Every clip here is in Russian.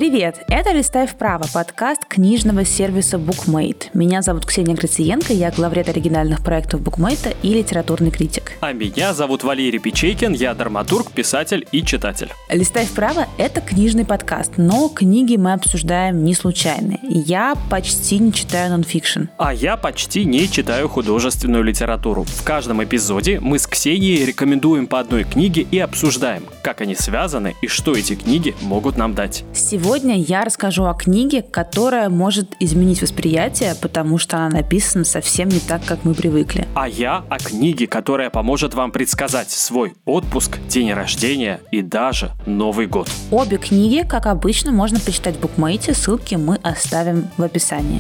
Привет! Это «Листай вправо» — подкаст книжного сервиса BookMate. Меня зовут Ксения Грициенко, я главред оригинальных проектов BookMate и литературный критик. А меня зовут Валерий Печейкин, я драматург, писатель и читатель. «Листай вправо» — это книжный подкаст, но книги мы обсуждаем не случайно. Я почти не читаю нонфикшн. А я почти не читаю художественную литературу. В каждом эпизоде мы с Ксенией рекомендуем по одной книге и обсуждаем, как они связаны и что эти книги могут нам дать. Сегодня я расскажу о книге, которая может изменить восприятие, потому что она написана совсем не так, как мы привыкли. А я о книге, которая поможет вам предсказать свой отпуск, день рождения и даже Новый год. Обе книги, как обычно, можно почитать в BookMate, ссылки мы оставим в описании.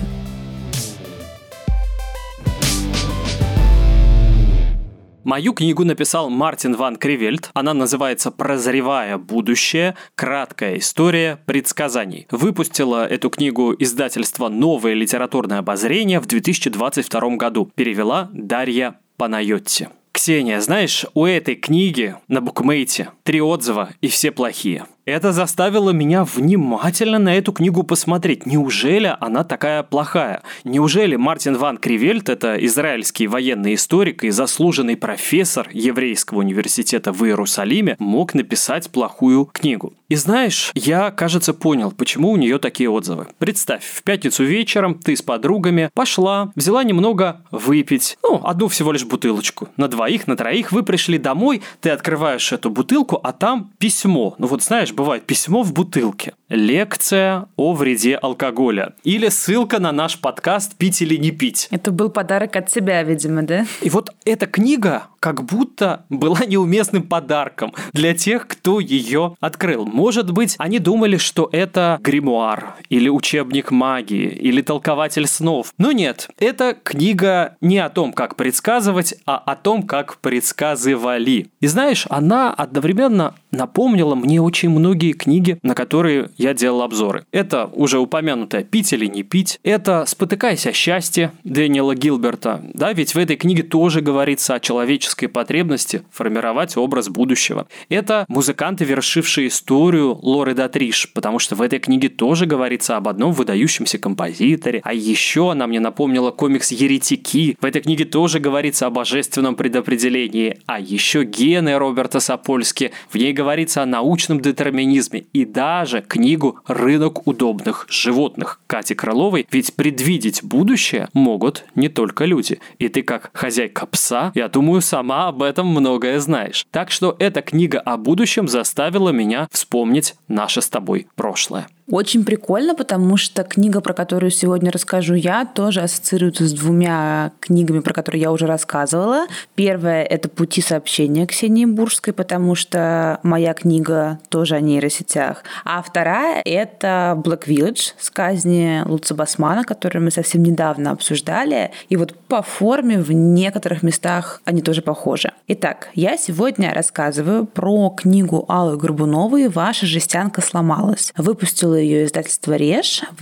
Мою книгу написал Мартин ван Кривельт. Она называется «Прозревая будущее. Краткая история предсказаний». Выпустила эту книгу издательство «Новое литературное обозрение» в 2022 году. Перевела Дарья Панайотти. Ксения, знаешь, у этой книги на BookMate 3 отзыва и все плохие. Это заставило меня внимательно на эту книгу посмотреть. Неужели она такая плохая? Неужели Мартин ван Кривельт, это израильский военный историк и заслуженный профессор Еврейского университета в Иерусалиме, мог написать плохую книгу? И знаешь, я, кажется, понял, почему у нее такие отзывы. Представь, в пятницу вечером ты с подругами пошла, взяла немного выпить, одну всего лишь бутылочку. На 2, на 3 вы пришли домой, ты открываешь эту бутылку, а там письмо. Знаешь, бывает письмо в бутылке. Лекция о вреде алкоголя. Или ссылка на наш подкаст «Пить или не пить». Это был подарок от тебя, видимо, да? И вот эта книга как будто была неуместным подарком для тех, кто ее открыл. Может быть, они думали, что это гримуар, или учебник магии, или толкователь снов. Но нет, эта книга не о том, как предсказывать, а о том, как предсказывали. И знаешь, она одновременно напомнила мне очень многие книги, на которые я делал обзоры. Это уже упомянутое «Пить или не пить», это «Спотыкайся о счастье» Дэниела Гилберта. Да, ведь в этой книге тоже говорится о человеческой потребности формировать образ будущего. Это «Музыканты, вершившие историю» Лоры Датриш, потому что в этой книге тоже говорится об одном выдающемся композиторе. А еще она мне напомнила комикс «Еретики». В этой книге тоже говорится о божественном предопределении. А еще «Гены» Роберта Сапольски. В ней говорится о научном детерминизме. И даже книгу «Рынок удобных животных» Кати Крыловой. Ведь предвидеть будущее могут не только люди. И ты, как хозяйка пса, я думаю, сама об этом многое знаешь. Так что эта книга о будущем заставила меня вспомнить наше с тобой прошлое. Очень прикольно, потому что книга, про которую сегодня расскажу я, тоже ассоциируется с 2 книгами, про которые я уже рассказывала. Первая — это «Пути сообщения» Ксении Бурской, потому что моя книга тоже о нейросетях. А вторая — это «Black Village» с казни Луца Басмана, которую мы совсем недавно обсуждали. И вот по форме в некоторых местах они тоже похожи. Итак, я сегодня рассказываю про книгу Аллы Горбуновой «Ваша жестянка сломалась». Выпустила ее издательство «Реж» в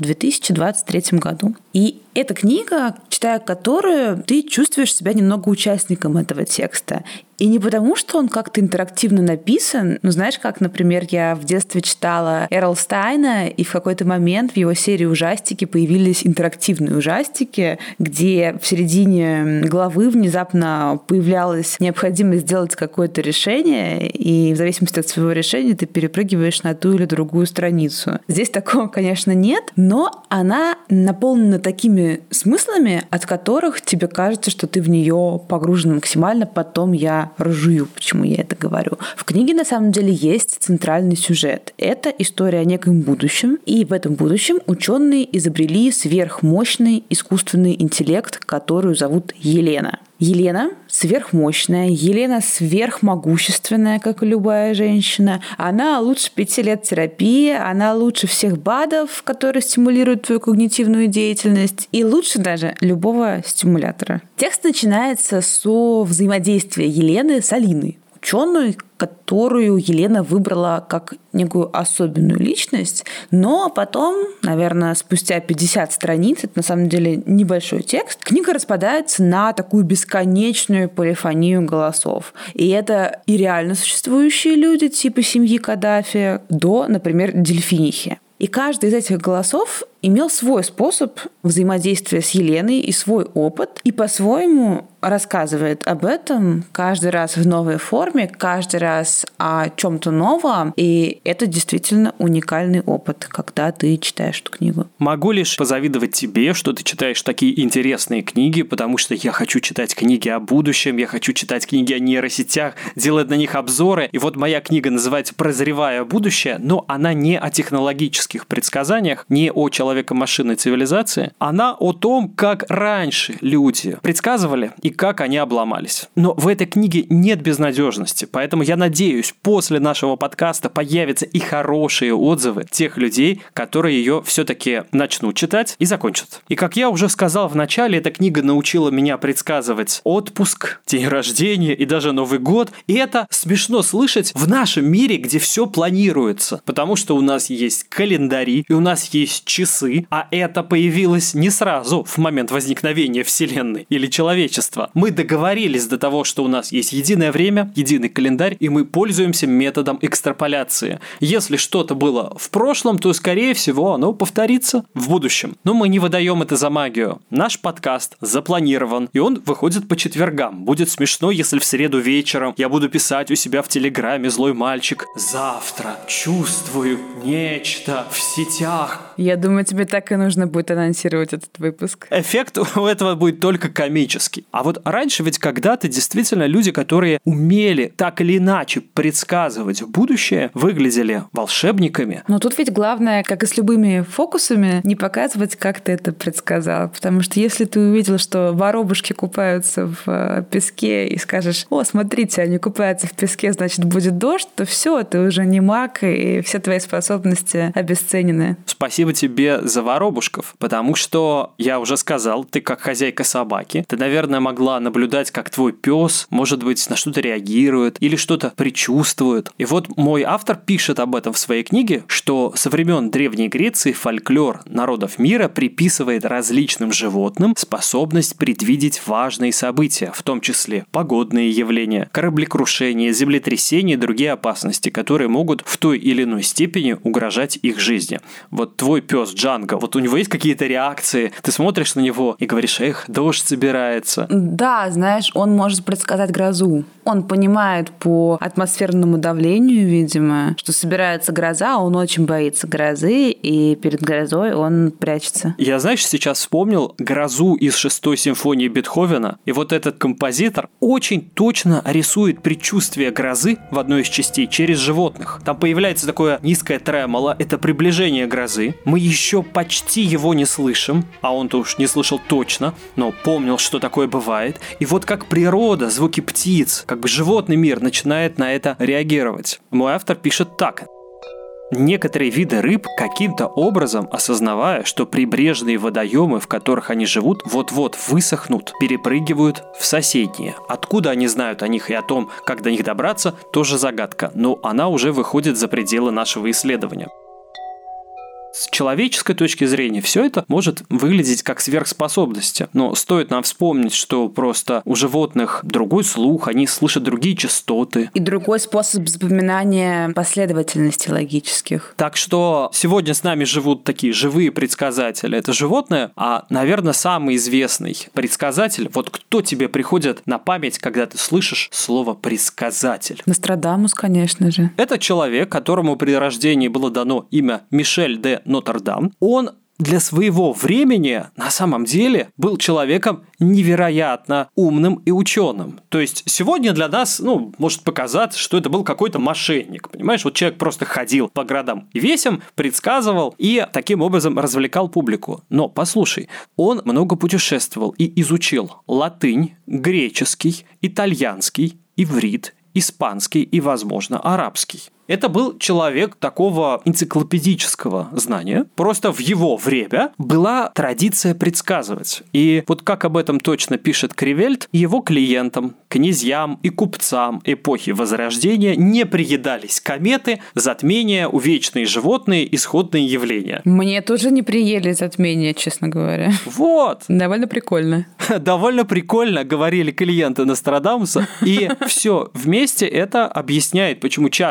2023 году. И эта книга, читая которую, ты чувствуешь себя немного участником этого текста. И не потому, что он как-то интерактивно написан. Знаешь, как, например, я в детстве читала Эрл Стайна, и в какой-то момент в его серии ужастики появились интерактивные ужастики, где в середине главы внезапно появлялась необходимость сделать какое-то решение, и в зависимости от своего решения ты перепрыгиваешь на ту или другую страницу. Здесь такого, конечно, нет, но она наполнена такими смыслами, от которых тебе кажется, что ты в нее погружен максимально. Потом я ржую, почему я это говорю. В книге на самом деле есть центральный сюжет. Это история о неком будущем, и в этом будущем ученые изобрели сверхмощный искусственный интеллект, которую зовут Елена. Елена сверхмощная, Елена сверхмогущественная, как и любая женщина. Она лучше 5 лет терапии, она лучше всех БАДов, которые стимулируют твою когнитивную деятельность, и лучше даже любого стимулятора. Текст начинается со взаимодействия Елены с Алиной, ученой, которую Елена выбрала как некую особенную личность, но потом, наверное, спустя 50 страниц, это на самом деле небольшой текст, книга распадается на такую бесконечную полифонию голосов. И это и реально существующие люди типа семьи Каддафи до, например, Дельфинихи. И каждый из этих голосов имел свой способ взаимодействия с Еленой и свой опыт, и по-своему рассказывает об этом каждый раз в новой форме, каждый раз о чем-то новом, и это действительно уникальный опыт, когда ты читаешь эту книгу. Могу лишь позавидовать тебе, что ты читаешь такие интересные книги, потому что я хочу читать книги о будущем, я хочу читать книги о нейросетях, делать на них обзоры, и вот моя книга называется «Прозревая будущее», но она не о технологических предсказаниях, не о человеко-машинной цивилизации, она о том, как раньше люди предсказывали и как они обломались. Но в этой книге нет безнадежности, поэтому я надеюсь, после нашего подкаста появятся и хорошие отзывы тех людей, которые ее все-таки начнут читать и закончат. И как я уже сказал в начале, эта книга научила меня предсказывать отпуск, день рождения и даже Новый год. И это смешно слышать в нашем мире, где все планируется, потому что у нас есть календари и у нас есть часы, а это появилось не сразу в момент возникновения Вселенной или человечества. Мы договорились до того, что у нас есть единое время, единый календарь, и мы пользуемся методом экстраполяции. Если что-то было в прошлом, то, скорее всего, оно повторится в будущем. Но мы не выдаем это за магию. Наш подкаст запланирован, и он выходит по четвергам. Будет смешно, если в среду вечером я буду писать у себя в Телеграме «Злой мальчик». Завтра чувствую нечто в сетях. Я думаю, тебе так и нужно будет анонсировать этот выпуск. Эффект у этого будет только комический. А вот раньше ведь когда-то действительно люди, которые умели так или иначе предсказывать будущее, выглядели волшебниками. Но тут ведь главное, как и с любыми фокусами, не показывать, как ты это предсказал. Потому что если ты увидел, что воробушки купаются в песке и скажешь: «О, смотрите, они купаются в песке, значит, будет дождь», то все, ты уже не маг, и все твои способности обесценены. Спасибо тебе за воробушков, потому что, я уже сказал, ты как хозяйка собаки, ты, наверное, могла наблюдать, как твой пес, может быть, на что-то реагирует или что-то предчувствует. И вот мой автор пишет об этом в своей книге, что со времен Древней Греции фольклор народов мира приписывает различным животным способность предвидеть важные события, в том числе погодные явления, кораблекрушения, землетрясения и другие опасности, которые могут в той или иной степени угрожать их жизни. Вот твой пес Джанго, вот у него есть какие-то реакции, ты смотришь на него и говоришь: эх, дождь собирается. Да, знаешь, он может предсказать грозу. Он понимает по атмосферному давлению, видимо, что собирается гроза, он очень боится грозы, и перед грозой он прячется. Я, знаешь, сейчас вспомнил грозу из 6-й симфонии Бетховена, и вот этот композитор очень точно рисует предчувствие грозы в одной из частей через животных. Там появляется такое низкое тремоло, это приближение грозы. Мы еще почти его не слышим, а он-то уж не слышал точно, но помнил, что такое бывает. И вот как природа, звуки птиц, как бы животный мир начинает на это реагировать. Мой автор пишет так. Некоторые виды рыб, каким-то образом осознавая, что прибрежные водоемы, в которых они живут, вот-вот высохнут, перепрыгивают в соседние. Откуда они знают о них и о том, как до них добраться, тоже загадка, но она уже выходит за пределы нашего исследования. С человеческой точки зрения все это может выглядеть как сверхспособности, но стоит нам вспомнить, что просто у животных другой слух, они слышат другие частоты. И другой способ запоминания последовательностей логических. Так что сегодня с нами живут такие живые предсказатели. Это животные, а, наверное, самый известный предсказатель, вот кто тебе приходит на память, когда ты слышишь слово «предсказатель»? Нострадамус, конечно же. Это человек, которому при рождении было дано имя Мишель де Нотр-Дам. Он для своего времени на самом деле был человеком невероятно умным и ученым. То есть сегодня для нас, может показаться, что это был какой-то мошенник. Понимаешь, вот человек просто ходил по городам и весям, предсказывал и таким образом развлекал публику. Но послушай, он много путешествовал и изучил латынь, греческий, итальянский, иврит, испанский и, возможно, арабский. Это был человек такого энциклопедического знания. Просто в его время была традиция предсказывать. И вот как об этом точно пишет Кривельт, его клиентам, князьям и купцам эпохи Возрождения не приедались кометы, затмения, увечные животные, исходные явления. Мне тоже не приели затмения, честно говоря. Вот. Довольно прикольно. Довольно прикольно, говорили клиенты Нострадамуса. И все вместе это объясняет, почему частые ошибки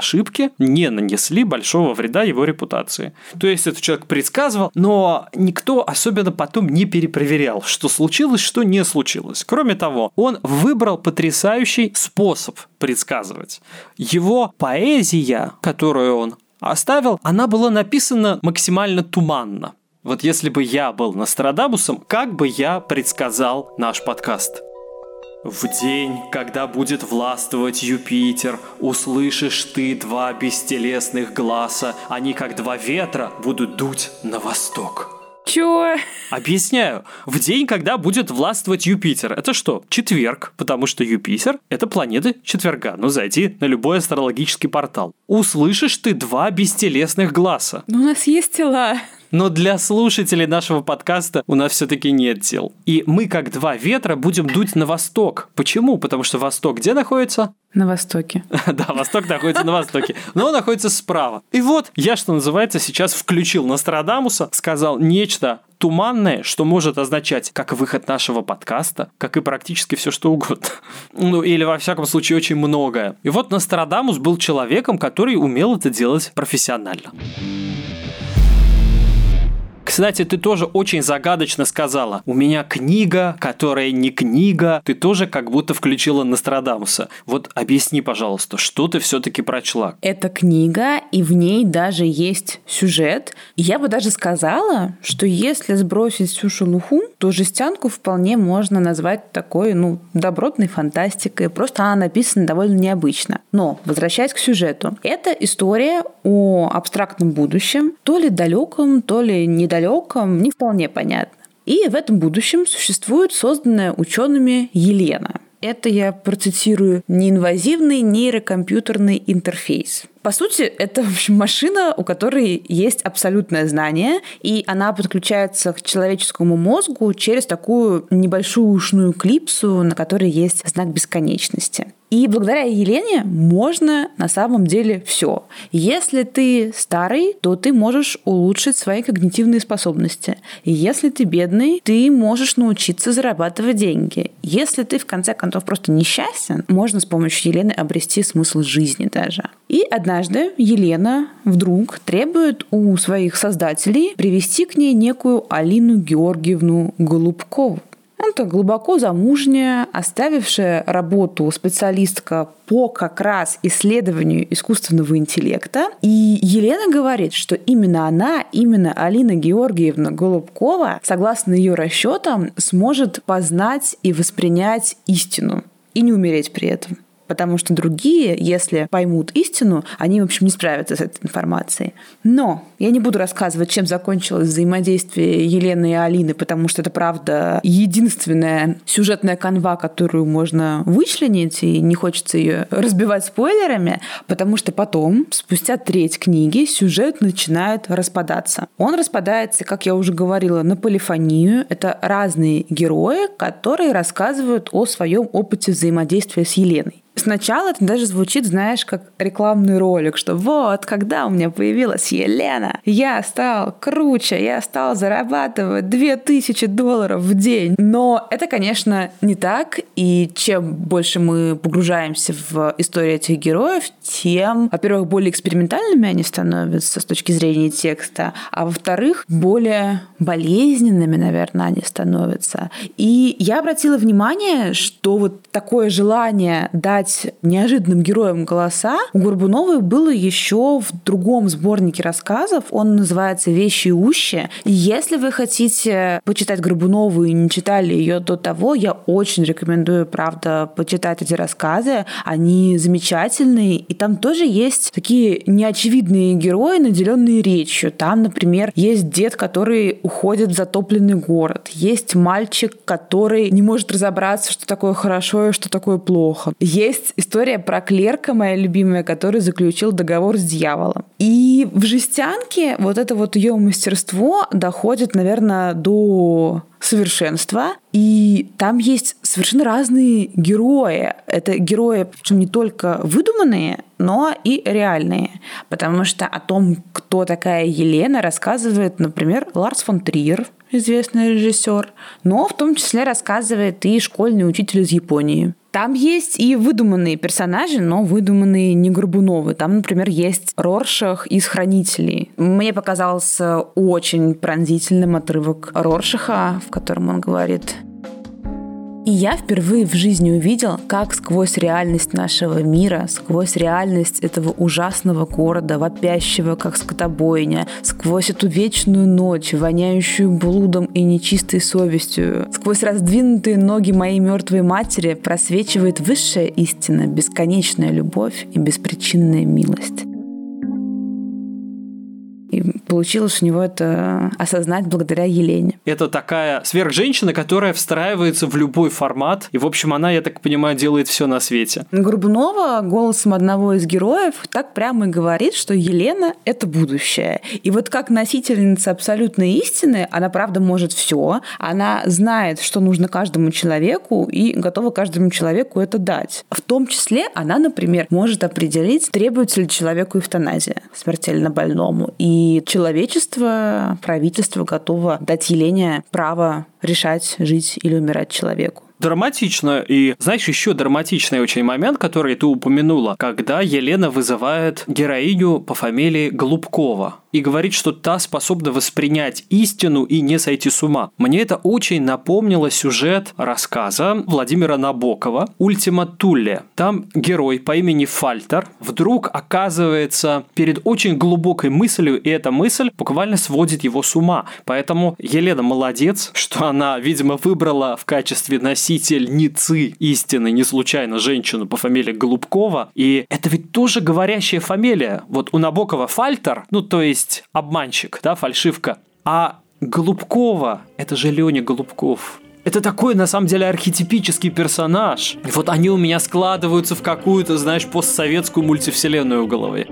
ошибки не нанесли большого вреда его репутации. То есть этот человек предсказывал, но никто особенно потом не перепроверял, что случилось, что не случилось. Кроме того, он выбрал потрясающий способ предсказывать. Его поэзия, которую он оставил, она была написана максимально туманно. Вот если бы я был Нострадамусом, как бы я предсказал наш подкаст? В день, когда будет властвовать Юпитер, услышишь ты два бестелесных гласа, они как два ветра будут дуть на восток. Чё? Объясняю. В день, когда будет властвовать Юпитер. Это что? Четверг, потому что Юпитер – это планета четверга. Ну, зайди на любой астрологический портал. Услышишь ты два бестелесных гласа. Ну, у нас есть тела. Но для слушателей нашего подкаста у нас все-таки нет тел. И мы, как два ветра, будем дуть на восток. Почему? Потому что восток где находится? На востоке. Да, восток находится на востоке, но он находится справа. И вот я, что называется, сейчас включил Нострадамуса, сказал нечто туманное, что может означать как выход нашего подкаста, как и практически все что угодно. Ну, или, во всяком случае, очень многое. И вот Нострадамус был человеком, который умел это делать профессионально. Кстати, ты тоже очень загадочно сказала. У меня книга, которая не книга. Ты тоже как будто включила Нострадамуса. Вот объясни, пожалуйста, что ты все-таки прочла? Это книга, и в ней даже есть сюжет. И я бы даже сказала, что если сбросить всю шелуху, то «Жестянку» вполне можно назвать такой, добротной фантастикой. Просто она написана довольно необычно. Но, возвращаясь к сюжету, это история о абстрактном будущем, то ли далеком, то ли недалеком, не вполне понятно. И в этом будущем существует созданная учеными Елена. Это я процитирую неинвазивный нейрокомпьютерный интерфейс. По сути, это, в общем, машина, у которой есть абсолютное знание, и она подключается к человеческому мозгу через такую небольшую ушную клипсу, на которой есть знак бесконечности. И благодаря Елене можно на самом деле все. Если ты старый, то ты можешь улучшить свои когнитивные способности. Если ты бедный, ты можешь научиться зарабатывать деньги. Если ты, в конце концов, просто несчастен, можно с помощью Елены обрести смысл жизни даже. И однажды Елена вдруг требует у своих создателей привести к ней некую Алину Георгиевну Голубкову. Это глубоко замужняя, оставившая работу специалистка по как раз исследованию искусственного интеллекта. И Елена говорит, что именно она, именно Алина Георгиевна Голубкова, согласно ее расчетам, сможет познать и воспринять истину и не умереть при этом. Потому что другие, если поймут истину, они, в общем, не справятся с этой информацией. Но я не буду рассказывать, чем закончилось взаимодействие Елены и Алины, потому что это, правда, единственная сюжетная канва, которую можно вычленить, и не хочется ее разбивать спойлерами, потому что потом, спустя треть книги, сюжет начинает распадаться. Он распадается, как я уже говорила, на полифонию. Это разные герои, которые рассказывают о своем опыте взаимодействия с Еленой. Сначала это даже звучит, знаешь, как рекламный ролик, что вот, когда у меня появилась Елена, я стал круче, я стал зарабатывать $2000 в день. Но это, конечно, не так, и чем больше мы погружаемся в историю этих героев, тем, во-первых, более экспериментальными они становятся с точки зрения текста, а во-вторых, более болезненными, наверное, они становятся. И я обратила внимание, что вот такое желание дать неожиданным героям голоса у Горбуновой было еще в другом сборнике рассказов. Он называется «Вещи и ущи». И если вы хотите почитать Горбунову и не читали ее до того, я очень рекомендую, правда, почитать эти рассказы. Они замечательные. И там тоже есть такие неочевидные герои, наделенные речью. Там, например, есть дед, который уходит в затопленный город. Есть мальчик, который не может разобраться, что такое хорошо и что такое плохо. Есть история про клерка, моя любимая, который заключил договор с дьяволом. И в «Жестянке» вот это вот ее мастерство доходит, наверное, до совершенства. И там есть совершенно разные герои. Это герои, причем не только выдуманные, но и реальные. Потому что о том, кто такая Елена, рассказывает, например, Ларс фон Триер, известный режиссер, но в том числе рассказывает и школьный учитель из Японии. Там есть и выдуманные персонажи, но выдуманные не Горбуновы. Там, например, есть Роршах из «Хранителей». Мне показался очень пронзительным отрывок Роршаха, в котором он говорит: «И я впервые в жизни увидел, как сквозь реальность нашего мира, сквозь реальность этого ужасного города, вопящего, как скотобойня, сквозь эту вечную ночь, воняющую блудом и нечистой совестью, сквозь раздвинутые ноги моей мертвой матери просвечивает высшая истина, бесконечная любовь и беспричинная милость». И получилось у него это осознать благодаря Елене. Это такая сверхженщина, которая встраивается в любой формат. И, в общем, она, я так понимаю, делает все на свете. Горбунова голосом одного из героев так прямо и говорит, что Елена – это будущее. И вот как носительница абсолютной истины, она, правда, может все. Она знает, что нужно каждому человеку, и готова каждому человеку это дать. В том числе она, например, может определить, требуется ли человеку эвтаназия смертельно больному. И человечество, правительство готово дать Елене право решать, жить или умирать человеку. Драматично. И, знаешь, еще драматичный очень момент, который ты упомянула, когда Елена вызывает героиню по фамилии Голубкова и говорит, что та способна воспринять истину и не сойти с ума. Мне это очень напомнило сюжет рассказа Владимира Набокова «Ультима Тулле». Там герой по имени Фальтер вдруг оказывается перед очень глубокой мыслью, и эта мысль буквально сводит его с ума. Поэтому Елена молодец, что она, видимо, выбрала в качестве носительницы истины не случайно женщину по фамилии Голубкова. И это ведь тоже говорящая фамилия. Вот у Набокова Фальтер, ну то есть обманщик, да, фальшивка. А Голубкова – это же Леня Голубков. Это такой, на самом деле, архетипический персонаж. И вот они у меня складываются в какую-то, знаешь, постсоветскую мультивселенную в голове.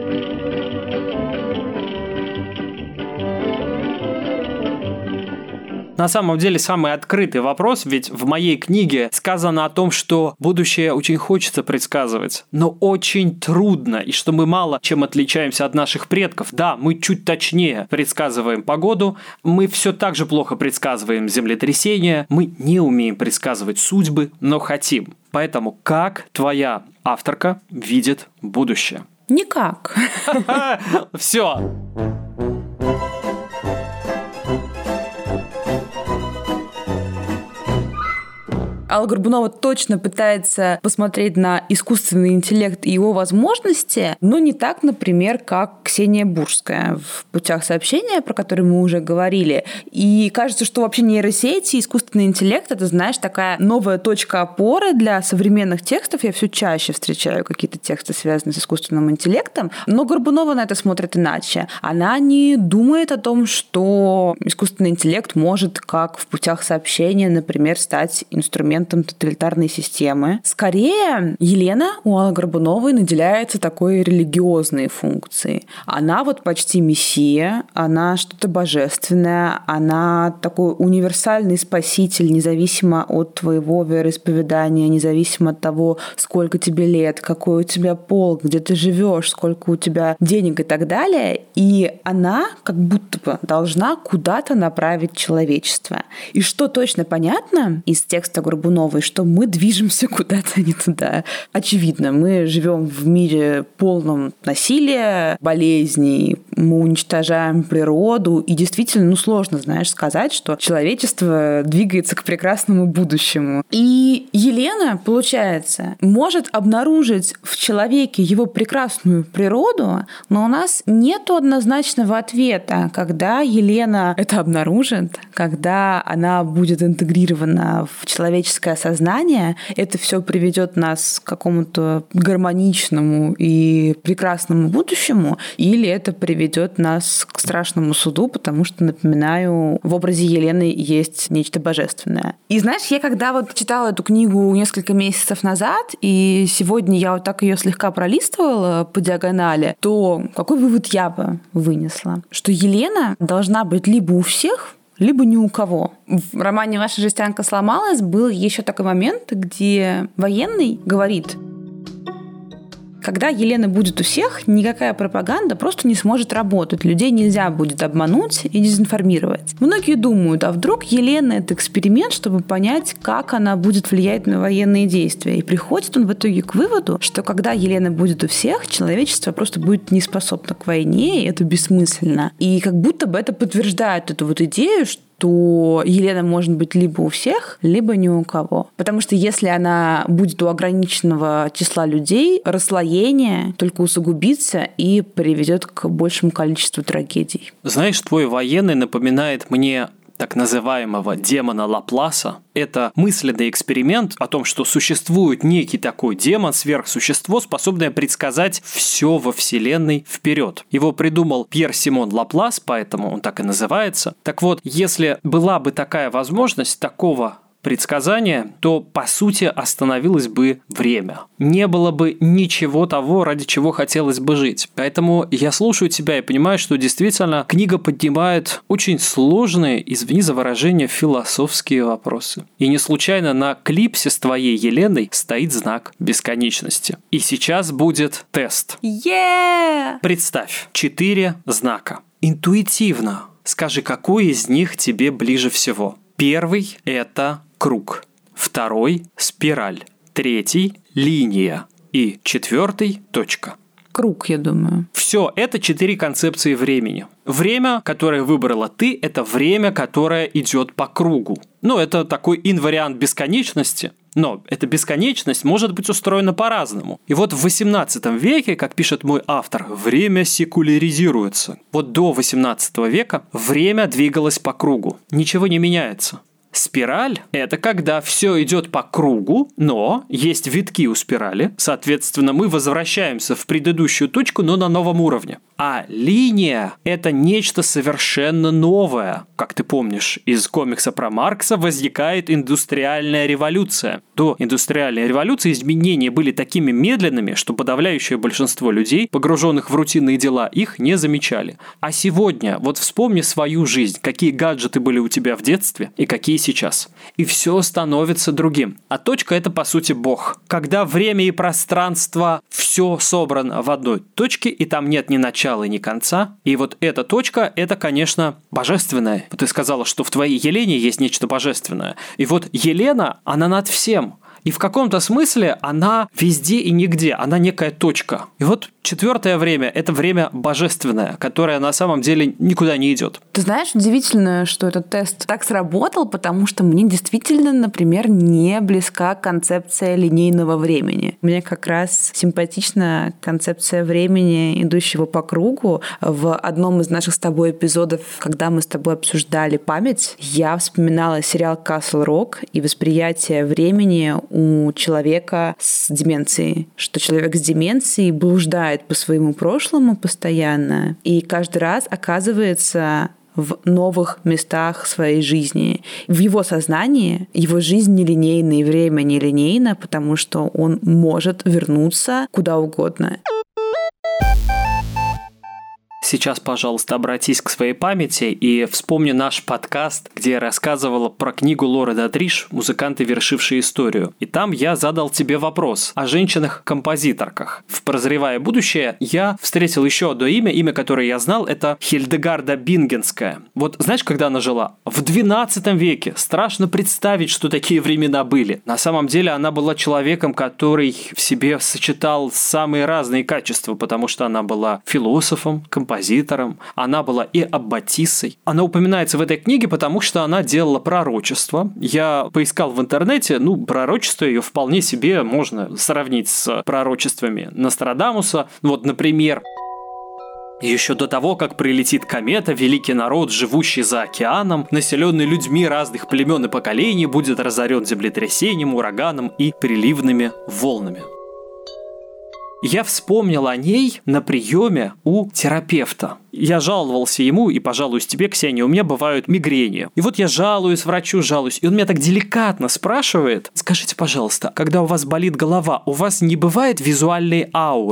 На самом деле самый открытый вопрос, ведь в моей книге сказано о том, что будущее очень хочется предсказывать, но очень трудно, и что мы мало чем отличаемся от наших предков. Да, мы чуть точнее предсказываем погоду, мы все так же плохо предсказываем землетрясения, мы не умеем предсказывать судьбы, но хотим. Поэтому как твоя авторка видит будущее? Никак. Все. Алла Горбунова точно пытается посмотреть на искусственный интеллект и его возможности, но не так, например, как Ксения Бурская в «Путях сообщения», про которые мы уже говорили. И кажется, что вообще нейросети и искусственный интеллект — это, знаешь, такая новая точка опоры для современных текстов. Я все чаще встречаю какие-то тексты, связанные с искусственным интеллектом. Но Горбунова на это смотрит иначе. Она не думает о том, что искусственный интеллект может, как в «Путях сообщения», например, стать инструментом тоталитарной системы. Скорее, Елена у Аллы Горбуновой наделяется такой религиозной функцией. Она вот почти мессия, она что-то божественное, она такой универсальный спаситель, независимо от твоего вероисповедания, независимо от того, сколько тебе лет, какой у тебя пол, где ты живешь, сколько у тебя денег и так далее. И она как будто бы должна куда-то направить человечество. И что точно понятно из текста Горбуновой, что мы движемся куда-то не туда. Очевидно, мы живем в мире полном насилия, болезней, мы уничтожаем природу, и действительно, сложно, знаешь, сказать, что человечество двигается к прекрасному будущему. И Елена, получается, может обнаружить в человеке его прекрасную природу, но у нас нету однозначного ответа, когда Елена это обнаружит, когда она будет интегрирована в человеческое сознание, это все приведет нас к какому-то гармоничному и прекрасному будущему, или это приведет нас к страшному суду, потому что, напоминаю, в образе Елены есть нечто божественное. И знаешь, я когда вот читала эту книгу несколько месяцев назад, и сегодня я вот так ее слегка пролистывала по диагонали, то какой вывод я бы вынесла? Что Елена должна быть либо у всех, либо ни у кого. В романе «Ваша жестянка сломалась» был еще такой момент, где военный говорит: Когда Елена будет у всех, никакая пропаганда просто не сможет работать. Людей нельзя будет обмануть и дезинформировать. Многие думают, а вдруг Елена – это эксперимент, чтобы понять, как она будет влиять на военные действия. И приходит он в итоге к выводу, что когда Елена будет у всех, человечество просто будет неспособно к войне, и это бессмысленно. И как будто бы это подтверждает эту вот идею, что Елена может быть либо у всех, либо ни у кого. Потому что если она будет у ограниченного числа людей, расслоение только усугубится и приведет к большему количеству трагедий. Знаешь, твой военный напоминает мне так называемого демона Лапласа. Это мысленный эксперимент о том, что существует некий такой демон, сверхсущество, способное предсказать все во Вселенной вперед. Его придумал Пьер Симон Лаплас, поэтому он так и называется. Так вот, если была бы такая возможность, такого предсказания, то, по сути, остановилось бы время. Не было бы ничего того, ради чего хотелось бы жить. Поэтому я слушаю тебя и понимаю, что действительно книга поднимает очень сложные, извини за выражение, философские вопросы. И не случайно на клипсе с твоей Еленой стоит знак бесконечности. И сейчас будет тест. Представь 4 знака. Интуитивно скажи, какой из них тебе ближе всего. Первый – это круг. Второй – спираль. Третий – линия. И 4 – точка. Круг, я думаю. Все, это 4 концепции времени. Время, которое выбрала ты, это время, которое идет по кругу. Это такой инвариант бесконечности. Но эта бесконечность может быть устроена по-разному. И вот в 18 веке, как пишет мой автор, время секуляризируется. Вот до 18 века время двигалось по кругу. Ничего не меняется. Спираль – это когда все идет по кругу, но есть витки у спирали. Соответственно, мы возвращаемся в предыдущую точку, но на новом уровне. А линия – это нечто совершенно новое. Как ты помнишь, из комикса про Маркса возникает индустриальная революция. До индустриальной революции изменения были такими медленными, что подавляющее большинство людей, погруженных в рутинные дела, их не замечали. А сегодня, вот вспомни свою жизнь, какие гаджеты были у тебя в детстве и какие сейчас. И все становится другим. А точка – это, по сути, Бог. Когда время и пространство все собрано в одной точке, и там нет ни начала, ни конца. И вот эта точка – это, конечно, божественное. Ты сказала, что в твоей Елене есть нечто божественное. И вот Елена, она над всем. И в каком-то смысле она везде и нигде, она некая точка. И вот 4 время – это время божественное, которое на самом деле никуда не идет. Ты знаешь, удивительно, что этот тест так сработал, потому что мне действительно, например, не близка концепция линейного времени. Мне как раз симпатична концепция времени, идущего по кругу. В одном из наших с тобой эпизодов, когда мы с тобой обсуждали память, я вспоминала сериал «Castle Rock» и восприятие времени у человека с деменцией, что человек с деменцией блуждает по своему прошлому постоянно и каждый раз оказывается в новых местах своей жизни. В его сознании его жизнь нелинейна и время нелинейно, потому что он может вернуться куда угодно. Сейчас, пожалуйста, обратись к своей памяти и вспомни наш подкаст, где я рассказывала про книгу Лоры Датриш «Музыканты, вершившие историю». И там я задал тебе вопрос о женщинах-композиторках. В «Прозревая будущее» я встретил еще одно имя, которое я знал, это Хильдегарда Бингенская. Вот знаешь, когда она жила? В 12 веке. Страшно представить, что такие времена были. На самом деле она была человеком, который в себе сочетал самые разные качества, потому что она была философом, композитором, она была и аббатиссой. Она упоминается в этой книге, потому что она делала пророчество. Я поискал в интернете, пророчество ее вполне себе можно сравнить с пророчествами Нострадамуса. Вот, например, еще до того, как прилетит комета, великий народ, живущий за океаном, населенный людьми разных племен и поколений, будет разорен землетрясением, ураганом и приливными волнами. Я вспомнил о ней на приеме у терапевта. Я жаловался ему, и пожалуюсь тебе, Ксения, у меня бывают мигрени. И вот я жалуюсь врачу, и он меня так деликатно спрашивает: скажите, пожалуйста, когда у вас болит голова, у вас не бывает визуальной ауры?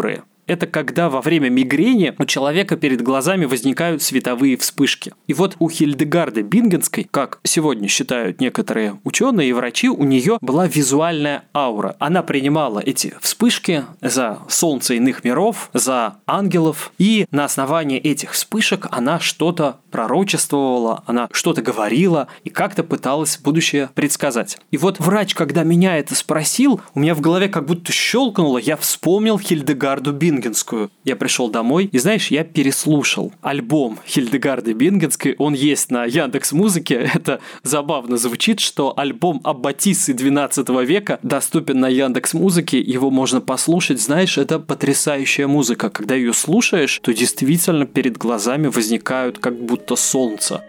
это когда во время мигрени у человека перед глазами возникают световые вспышки. И вот у Хильдегарды Бингенской, как сегодня считают некоторые ученые и врачи, у нее была визуальная аура. Она принимала эти вспышки за солнце иных миров, за ангелов, и на основании этих вспышек она что-то пророчествовала, она что-то говорила и как-то пыталась будущее предсказать. И вот врач, когда меня это спросил, у меня в голове как будто щелкнуло, я вспомнил Хильдегарду Бингенскую. Я пришел домой и, знаешь, я переслушал альбом Хильдегарды Бингенской, он есть на Яндекс.Музыке. Это забавно звучит, что альбом Аббатиссы XII века доступен на Яндекс.Музыке, его можно послушать. Знаешь, это потрясающая музыка. Когда ее слушаешь, то действительно перед глазами возникают как будто солнце.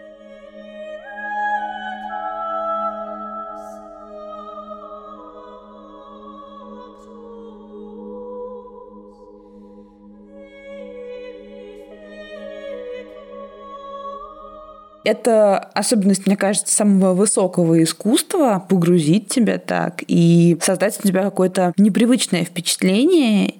Это особенность, мне кажется, самого высокого искусства — погрузить тебя так и создать у тебя какое-то непривычное впечатление.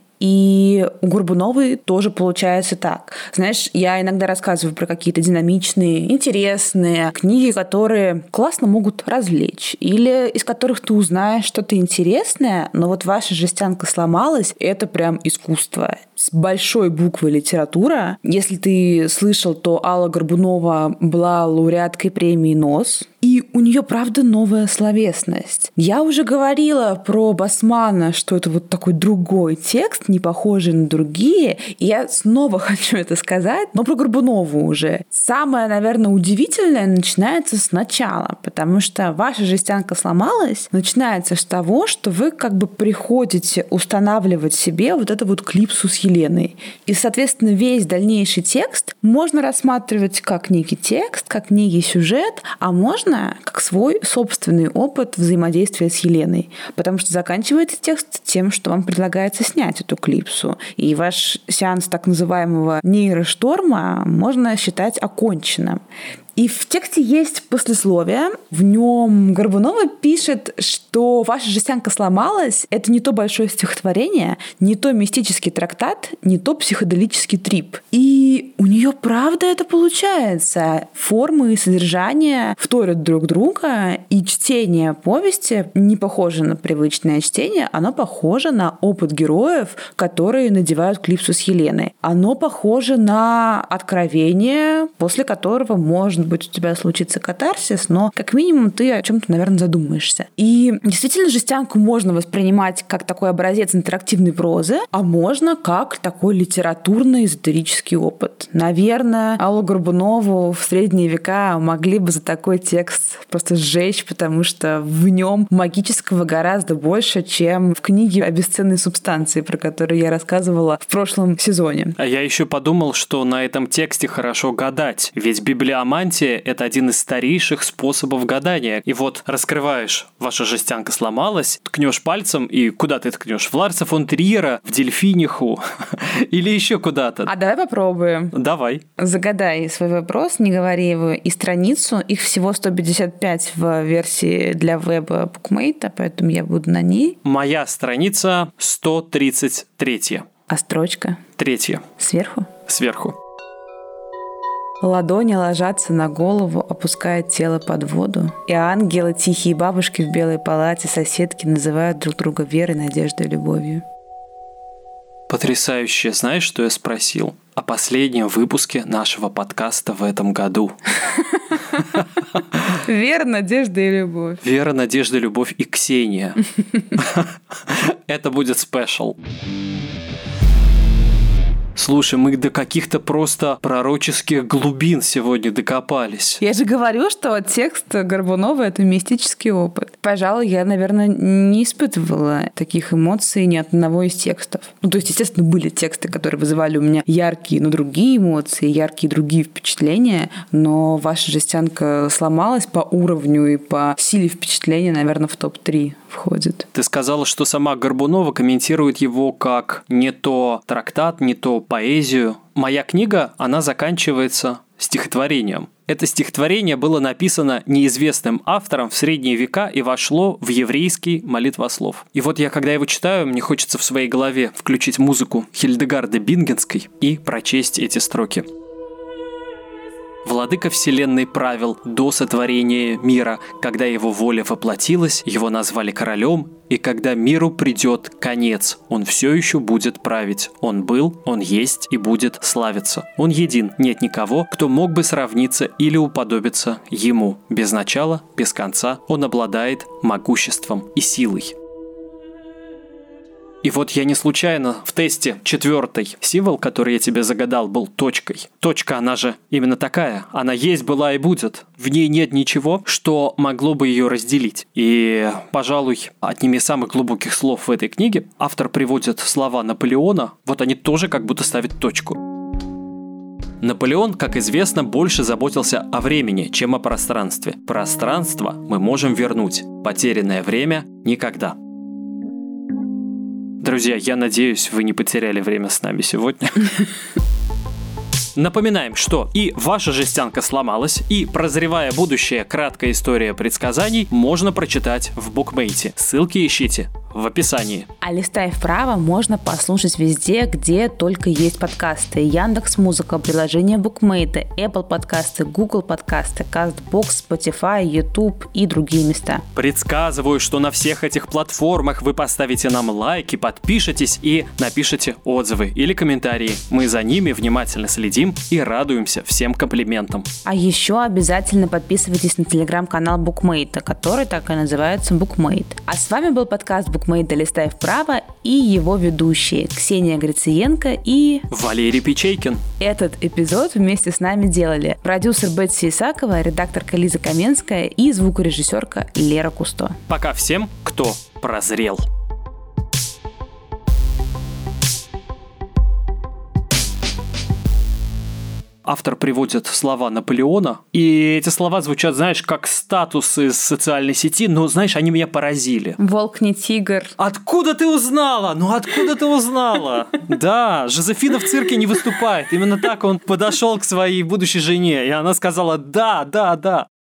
И у Горбуновой тоже получается так. Знаешь, я иногда рассказываю про какие-то динамичные, интересные книги, которые классно могут развлечь, или из которых ты узнаешь что-то интересное, но вот ваша жестянка сломалась, это прям искусство. С большой буквы литература. Если ты слышал, то Алла Горбунова была лауреаткой премии НОС, и у нее, правда, новая словесность. Я уже говорила про Басмана, что это вот такой другой текст, не похожий на другие, и я снова хочу это сказать, но про Горбунову уже. Самое, наверное, удивительное начинается сначала, потому что ваша жестянка сломалась, начинается с того, что вы как бы приходите устанавливать себе вот эту вот клипсу с Еленой. И, соответственно, весь дальнейший текст можно рассматривать как некий текст, как некий сюжет, а можно как свой собственный опыт взаимодействия с Еленой. Потому что заканчивается текст тем, что вам предлагается снять эту клипсу. И ваш сеанс так называемого нейрошторма можно считать оконченным. И в тексте есть послесловие. В нем Горбунова пишет, что ваша жестянка сломалась. Это не то большое стихотворение, не то мистический трактат, не то психоделический трип. И у нее правда это получается. Формы и содержание вторят друг друга, и чтение повести не похоже на привычное чтение, оно похоже на опыт героев, которые надевают клипсу с Еленой. Оно похоже на откровение, после которого может быть у тебя случится катарсис, но как минимум ты о чем-то, наверное, задумаешься. И действительно, жестянку можно воспринимать как такой образец интерактивной прозы, а можно как такой литературно-эзотерический опыт. Наверное, Аллу Горбунову в средние века могли бы за такой текст просто сжечь, потому что в нем магического гораздо больше, чем в книге о бесценной субстанции, про которую я рассказывала в прошлом сезоне. А я еще подумал, что на этом тексте хорошо гадать, ведь библиомантия — это один из старейших способов гадания. И вот раскрываешь, ваша жестянка сломалась, ткнешь пальцем, и куда ты ткнешь? В Ларса фон Триера, в Дельфиниху или еще куда-то? А давай попробуем. Давай. Загадай свой вопрос, не говори его, и страницу. Их всего 155 в версии для веба букмейта, поэтому я буду на ней. Моя страница 133. А строчка? 3. Сверху? Сверху. Ладони ложатся на голову, опуская тело под воду. И ангелы, тихие бабушки в белой палате, соседки называют друг друга верой, надеждой, любовью. Потрясающе. Знаешь, что я спросил? О последнем выпуске нашего подкаста в этом году. Вера, надежда и любовь. Вера, надежда, любовь и Ксения. Это будет спешл. Слушай, мы до каких-то просто пророческих глубин сегодня докопались. Я же говорю, что текст Горбунова — это мистический опыт. Пожалуй, я, наверное, не испытывала таких эмоций ни от одного из текстов. Ну, то есть, естественно, были тексты, которые вызывали у меня яркие, но другие эмоции, яркие другие впечатления, но ваша жестянка сломалась по уровню и по силе впечатления, наверное, в топ-3 входит. Ты сказала, что сама Горбунова комментирует его как не то трактат, не то поэзию. Моя книга, она заканчивается стихотворением. Это стихотворение было написано неизвестным автором в средние века и вошло в еврейский молитвослов. И вот я, когда его читаю, мне хочется в своей голове включить музыку Хильдегарды Бингенской и прочесть эти строки. Владыка вселенной правил до сотворения мира. Когда его воля воплотилась, его назвали королем, и когда миру придет конец, он все еще будет править. Он был, он есть и будет славиться. Он един, нет никого, кто мог бы сравниться или уподобиться ему. Без начала, без конца он обладает могуществом и силой. И вот я не случайно в тесте 4 символ, который я тебе загадал, был точкой. Точка, она же именно такая. Она есть, была и будет. В ней нет ничего, что могло бы ее разделить. И, пожалуй, одними из самых глубоких слов в этой книге автор приводит слова Наполеона. Вот они тоже как будто ставят точку. Наполеон, как известно, больше заботился о времени, чем о пространстве. Пространство мы можем вернуть. Потерянное время – никогда. Друзья, я надеюсь, вы не потеряли время с нами сегодня. Напоминаем, что и ваша жестянка сломалась, и «Прозревая будущее. Краткая история предсказаний» можно прочитать в Букмейте. Ссылки ищите в описании. А «Листай вправо» можно послушать везде, где только есть подкасты. Яндекс.Музыка, приложение Букмейта, Apple подкасты, Google подкасты, Castbox, Spotify, YouTube и другие места. Предсказываю, что на всех этих платформах вы поставите нам лайки, подпишитесь и напишите отзывы или комментарии. Мы за ними внимательно следим и радуемся всем комплиментам. А еще обязательно подписывайтесь на телеграм-канал Букмейта, который так и называется Букмейт. А с вами был подкаст Букмейта «Листай вправо» и его ведущие Ксения Грициенко и Валерий Печейкин. Этот эпизод вместе с нами делали продюсер Бетси Исакова, редакторка Лиза Каменская и звукорежиссерка Лера Кусто. Пока всем, кто прозрел. Автор приводит слова Наполеона, и эти слова звучат, знаешь, как статус из социальной сети, но, знаешь, они меня поразили. Волк не тигр. Откуда ты узнала? Ну откуда ты узнала? Да, Жозефина в цирке не выступает. Именно так он подошел к своей будущей жене, и она сказала «да, да, да».